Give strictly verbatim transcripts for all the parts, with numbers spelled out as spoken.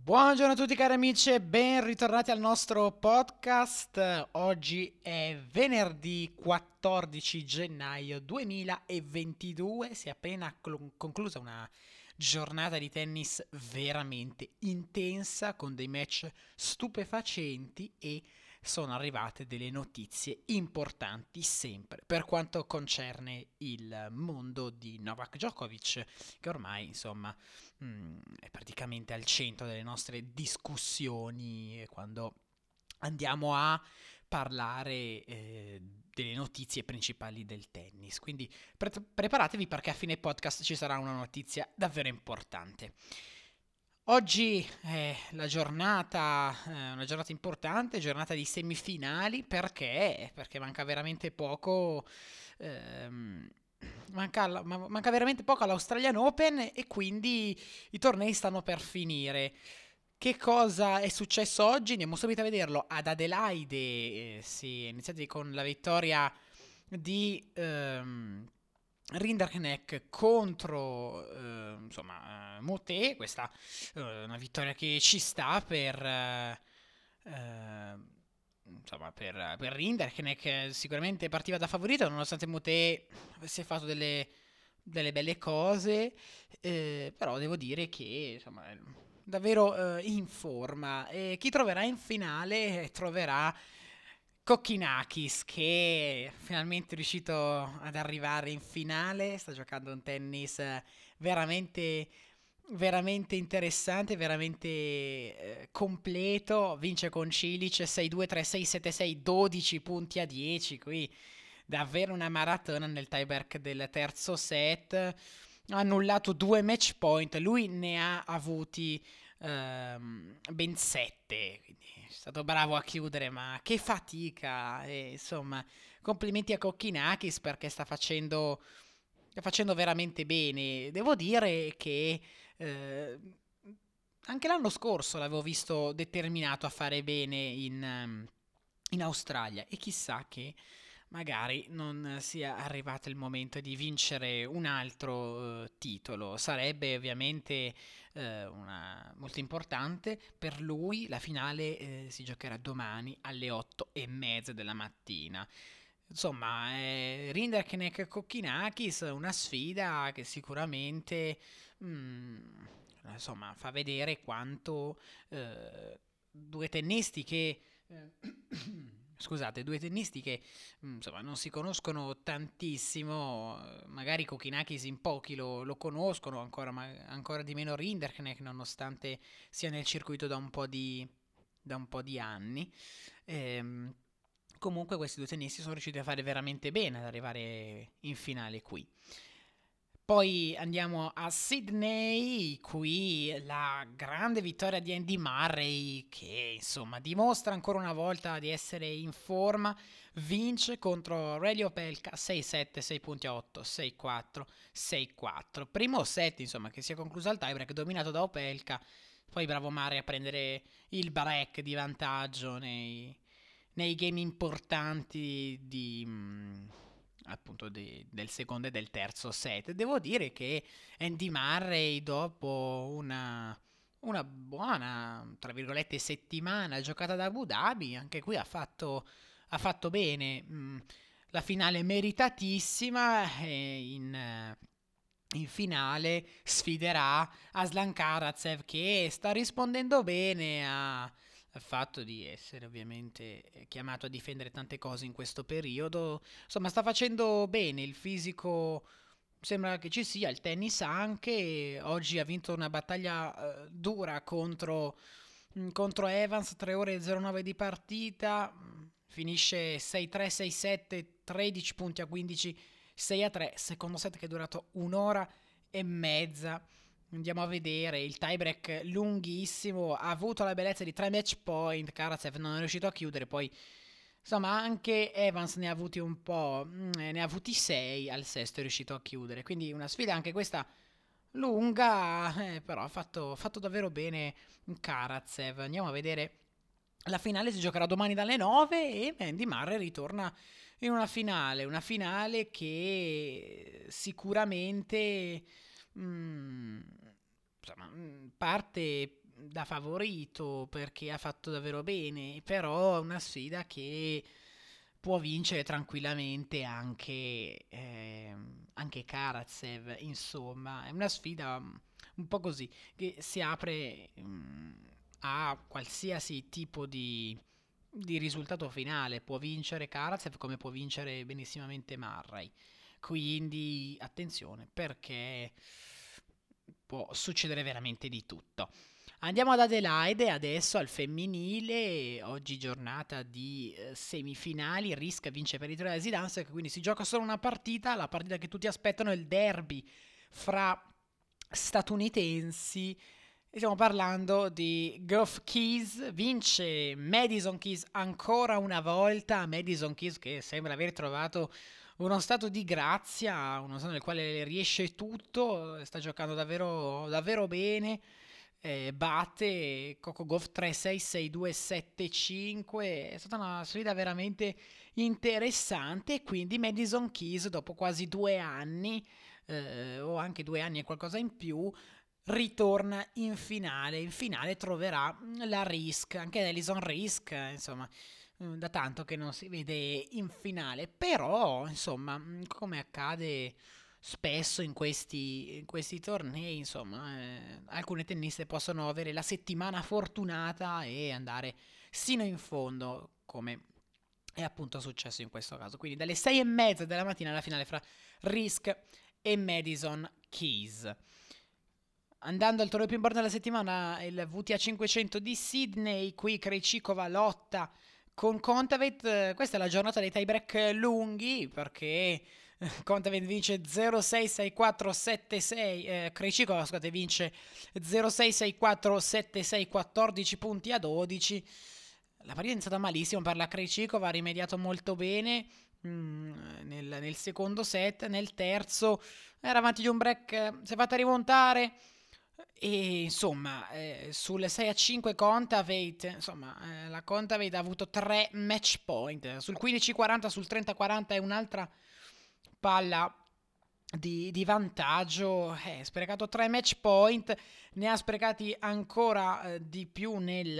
Buongiorno a tutti cari amici e ben ritornati al nostro podcast. Oggi è venerdì quattordici gennaio duemilaventidue. Si è appena cl- conclusa una giornata di tennis veramente intensa con dei match stupefacenti e sono arrivate delle notizie importanti sempre per quanto concerne il mondo di Novak Djokovic, che ormai insomma mm, è praticamente al centro delle nostre discussioni quando andiamo a parlare eh, delle notizie principali del tennis. Quindi pre- preparatevi perché a fine podcast ci sarà una notizia davvero importante. Oggi è la giornata, eh, una giornata importante, giornata di semifinali, perché? Perché manca veramente poco, ehm, manca, la- ma- manca veramente poco all'Australian Open e quindi i tornei stanno per finire. Che cosa è successo oggi? Andiamo subito a vederlo. Ad Adelaide eh, si è iniziati con la vittoria di ehm, Rinderknecht contro eh, insomma, eh, Moutet. Questa è una vittoria che ci sta per, eh, eh, insomma, per, per Rinderknecht, che sicuramente partiva da favorito, nonostante Moutet avesse fatto delle, delle belle cose, eh, però devo dire che insomma, è davvero eh, in forma. E chi troverà in finale troverà Kokkinakis, che finalmente è riuscito ad arrivare in finale, sta giocando un tennis eh, veramente veramente interessante, veramente eh, completo. Vince con Cilic sei due, tre sei, sette sei, dodici punti a dieci. Qui davvero una maratona nel tiebreak del terzo set. Ha annullato due match point, lui ne ha avuti ehm, ben sette. Quindi è stato bravo a chiudere, ma che fatica! E, insomma, complimenti a Kokkinakis perché sta facendo, sta facendo veramente bene. Devo dire che eh, anche l'anno scorso l'avevo visto determinato a fare bene in, ehm, in Australia e chissà che magari non sia arrivato il momento di vincere un altro eh, titolo. Sarebbe ovviamente eh, una, molto importante per lui. La finale eh, si giocherà domani alle otto e mezza della mattina. Insomma, eh, Rinderknecht e Kokkinakis, una sfida che sicuramente mm, insomma, fa vedere quanto eh, due tennisti che eh, scusate, due tennisti che mm, insomma, non si conoscono tantissimo, eh, magari Kokkinakis in pochi lo, lo conoscono, ancora, ma, ancora di meno Rinderknecht, nonostante sia nel circuito da un po' di, da un po' di anni. Ehm, Comunque questi due tennisti sono riusciti a fare veramente bene ad arrivare in finale qui. Poi andiamo a Sydney, qui la grande vittoria di Andy Murray che insomma dimostra ancora una volta di essere in forma, vince contro Relio Opelka sei sette, sei punti a otto, sei quattro, sei quattro. Primo set insomma che si è concluso al tiebreak dominato da Opelka, poi bravo Murray a prendere il break di vantaggio nei, nei game importanti di, mh, appunto di- del secondo e del terzo set. Devo dire che Andy Murray dopo una, una buona, tra virgolette, settimana giocata da Abu Dhabi, anche qui ha fatto, ha fatto bene. Mh, la finale meritatissima e in... eh, in finale sfiderà Aslan Karatsev che sta rispondendo bene a, al fatto di essere ovviamente eh, chiamato a difendere tante cose in questo periodo. Insomma, sta facendo bene, il fisico sembra che ci sia, il tennis anche. Oggi ha vinto una battaglia eh, dura contro, mm, contro Evans, tre ore e zero nove di partita. mm, Finisce sei tre, sei sette, tredici punti a quindici, sei a tre. Secondo set che è durato un'ora e mezza. Andiamo a vedere il tiebreak lunghissimo. Ha avuto la bellezza di tre match point. Karatsev non è riuscito a chiudere. Poi, insomma, anche Evans ne ha avuti un po'. mm, Ne ha avuti sei. Al sesto è riuscito a chiudere. Quindi una sfida anche questa lunga. eh, però ha fatto, ha fatto davvero bene Karatsev. Andiamo a vedere. La finale si giocherà domani dalle nove e Andy Murray ritorna in una finale. Una finale che sicuramente mm, insomma, mm, parte da favorito perché ha fatto davvero bene, però è una sfida che può vincere tranquillamente anche, ehm, anche Karatsev, insomma, è una sfida mm, un po' così, che si apre mm, a qualsiasi tipo di, di risultato finale, può vincere Karatsev come può vincere benissimamente Murray, quindi attenzione perché può succedere veramente di tutto. Andiamo ad Adelaide adesso al femminile, oggi giornata di eh, semifinali, Risk vince per i tre Zidansek, quindi si gioca solo una partita, la partita che tutti aspettano è il derby fra statunitensi. E stiamo parlando di Geoff Keys, vince Madison Keys ancora una volta, Madison Keys che sembra aver trovato uno stato di grazia, uno stato nel quale riesce tutto, sta giocando davvero, davvero bene, eh, batte Coco Gauff tre sei sei due sette cinque, è stata una sfida veramente interessante, quindi Madison Keys dopo quasi due anni, eh, o anche due anni e qualcosa in più, ritorna in finale. In finale troverà la Risk, anche Alison Risk, eh, insomma, mm, da tanto che non si vede in finale, però, insomma, mm, come accade spesso in questi, in questi tornei, insomma, eh, alcune tenniste possono avere la settimana fortunata e andare sino in fondo, come è appunto successo in questo caso. Quindi dalle sei e mezza della mattina alla finale fra Risk e Madison Keys. Andando al torneo più importante della settimana, il W T A cinquecento di Sydney, qui Krejcikova lotta con Kontaveit. Questa è la giornata dei tiebreak lunghi perché Kontaveit vince zero sei sei quattro sette sei, eh, Krejcikova scusate, vince zero sei sei quattro sette sei, quattordici punti a dodici. La partita è iniziata malissimo per la Krejcikova, ha rimediato molto bene mm, nel, nel secondo set, nel terzo era avanti di un break, si è fatta rimontare e insomma eh, sul sei a cinque Kontaveit, insomma eh, la Kontaveit ha avuto tre match point, sul quindici quaranta, sul trenta quaranta è un'altra palla di, di vantaggio, eh, ha sprecato tre match point, ne ha sprecati ancora eh, di più nel,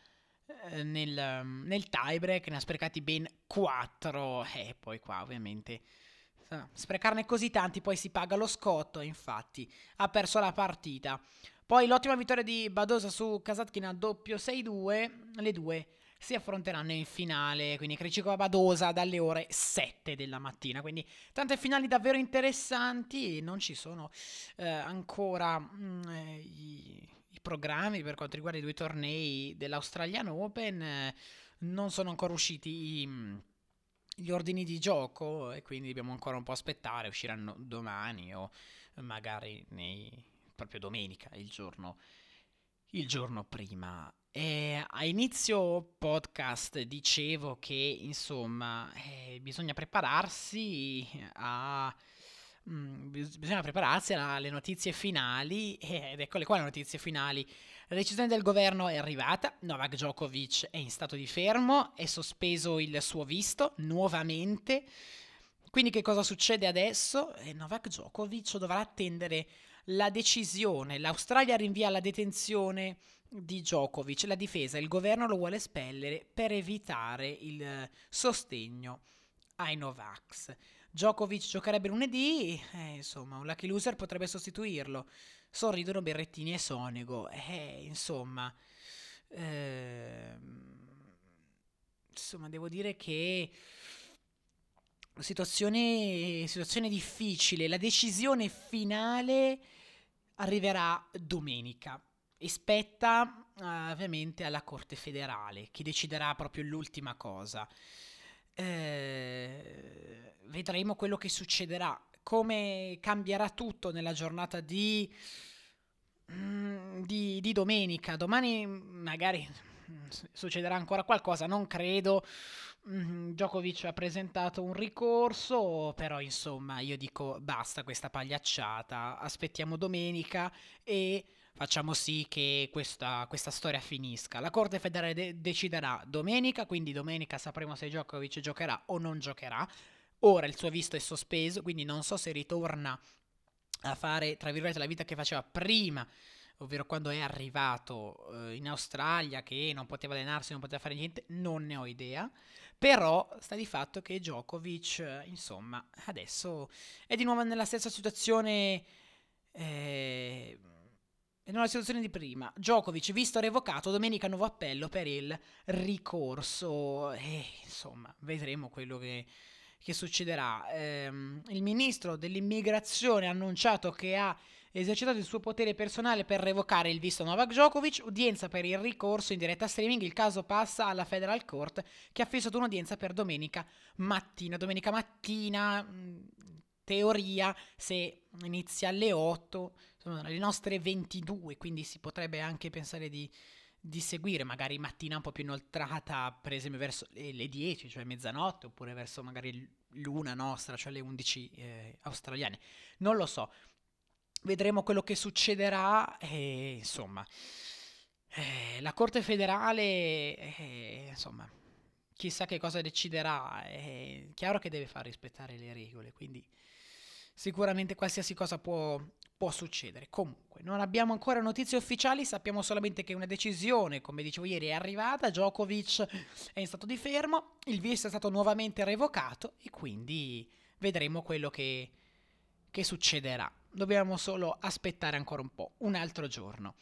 eh, nel, nel tiebreak, ne ha sprecati ben quattro, e poi qua ovviamente sprecarne così tanti poi si paga lo scotto, infatti ha perso la partita. Poi l'ottima vittoria di Badosa su Kasatkina doppio sei due, le due si affronteranno in finale, quindi Krejcikova Badosa dalle ore sette della mattina, quindi tante finali davvero interessanti, non ci sono eh, ancora mm, eh, i, i programmi per quanto riguarda i due tornei dell'Australian Open, eh, non sono ancora usciti i gli ordini di gioco e quindi dobbiamo ancora un po' aspettare, usciranno domani o magari nei, proprio domenica, il giorno, il giorno prima. E a inizio podcast dicevo che insomma eh, bisogna prepararsi a mm, bis- bisogna prepararsi alle notizie finali ed eccole qua le notizie finali. La decisione del governo è arrivata, Novak Djokovic è in stato di fermo, è sospeso il suo visto nuovamente. Quindi che cosa succede adesso? Eh, Novak Djokovic dovrà attendere la decisione. L'Australia rinvia la detenzione di Djokovic, la difesa, il governo lo vuole espellere per evitare il sostegno ai Novax. Djokovic giocherebbe lunedì, eh, insomma, un lucky loser potrebbe sostituirlo. Sorridono Berrettini e Sonego. Eh, insomma, ehm, insomma, devo dire che situazione, situazione difficile. La decisione finale arriverà domenica e spetta eh, ovviamente alla Corte federale che deciderà proprio l'ultima cosa. Eh, vedremo quello che succederà, come cambierà tutto nella giornata di, mm, di, di domenica. Domani magari mm, succederà ancora qualcosa, non credo. Mm, Djokovic ha presentato un ricorso, però insomma io dico basta questa pagliacciata, aspettiamo domenica e facciamo sì che questa, questa storia finisca. La Corte federale de- deciderà domenica, quindi domenica sapremo se Djokovic giocherà o non giocherà. Ora il suo visto è sospeso, quindi non so se ritorna a fare, tra virgolette, la vita che faceva prima ovvero quando è arrivato eh, in Australia, che non poteva allenarsi, non poteva fare niente, non ne ho idea. Però sta di fatto che Djokovic, eh, insomma, adesso è di nuovo nella stessa situazione, eh, è nella situazione di prima. Djokovic, visto revocato, domenica nuovo appello per il ricorso. E insomma, vedremo quello che, che succederà. Ehm, il ministro dell'immigrazione ha annunciato che ha esercitato il suo potere personale per revocare il visto Novak Djokovic, udienza per il ricorso in diretta streaming. Il caso passa alla Federal Court, che ha fissato un'udienza per domenica mattina. Domenica mattina, mh, teoria, se inizia alle otto, sono le nostre ventidue, quindi si potrebbe anche pensare di, di seguire magari mattina un po' più inoltrata, per esempio verso le, le dieci, cioè mezzanotte, oppure verso magari l'una nostra, cioè le undici eh, australiane. Non lo so. Vedremo quello che succederà e insomma eh, la Corte federale eh, insomma chissà che cosa deciderà. È chiaro che deve far rispettare le regole, quindi sicuramente qualsiasi cosa può, può succedere. Comunque non abbiamo ancora notizie ufficiali, sappiamo solamente che una decisione, come dicevo ieri, è arrivata. Djokovic è in stato di fermo, il visto è stato nuovamente revocato e quindi vedremo quello che, che succederà. Dobbiamo solo aspettare ancora un po', un altro giorno.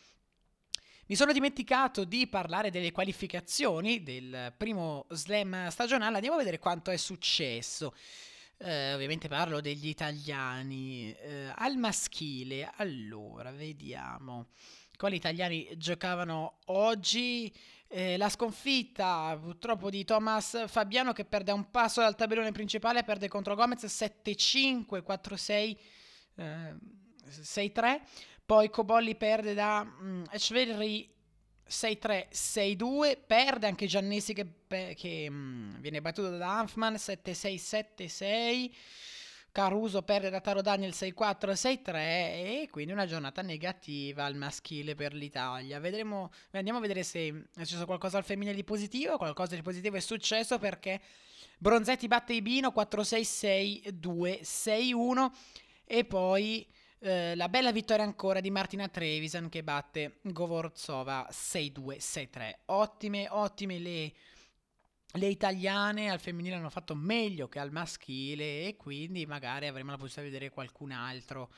Mi sono dimenticato di parlare delle qualificazioni del primo slam stagionale. Andiamo a vedere quanto è successo. Eh, ovviamente parlo degli italiani. Eh, al maschile, allora, vediamo. Quali italiani giocavano oggi? Eh, la sconfitta purtroppo di Thomas Fabiano, che perde un passo dal tabellone principale, perde contro Gomez sette cinque, quattro sei, eh, sei tre. Poi Cobolli perde da mm, Echeverry sei tre sei due, perde anche Giannessi che, pe- che mh, viene battuto da Hanfman sette sei sette sei. Caruso perde da Taro Daniel sei quattro sei tre e quindi una giornata negativa al maschile per l'Italia. Vedremo, andiamo a vedere se è successo qualcosa al femminile di positivo. Qualcosa di positivo è successo perché Bronzetti batte Ibino quattro sei sei due sei uno e poi eh, la bella vittoria ancora di Martina Trevisan che batte Govorzova sei due sei tre. Ottime, ottime le, le italiane. Al femminile hanno fatto meglio che al maschile e quindi magari avremo la possibilità di vedere qualcun altro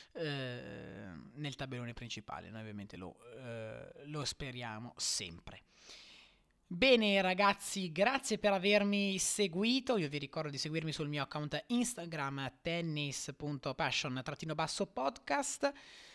eh, nel tabellone principale. Noi ovviamente lo, eh, lo speriamo sempre. Bene ragazzi, grazie per avermi seguito. Io vi ricordo di seguirmi sul mio account Instagram tennis punto passion basso podcast.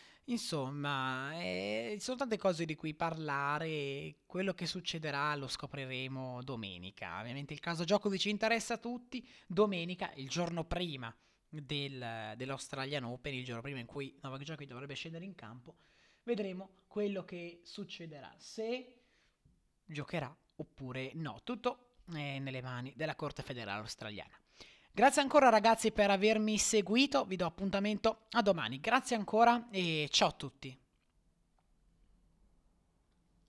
Insomma, eh, ci sono tante cose di cui parlare. Quello che succederà lo scopriremo domenica. Ovviamente il caso Djokovic interessa a tutti. Domenica, il giorno prima del, dell'Australian Open, il giorno prima in cui Novak Djokovic dovrebbe scendere in campo, vedremo quello che succederà. Se giocherà oppure no. Tutto è nelle mani della Corte Federale Australiana. Grazie ancora ragazzi per avermi seguito, vi do appuntamento a domani. Grazie ancora e ciao a tutti.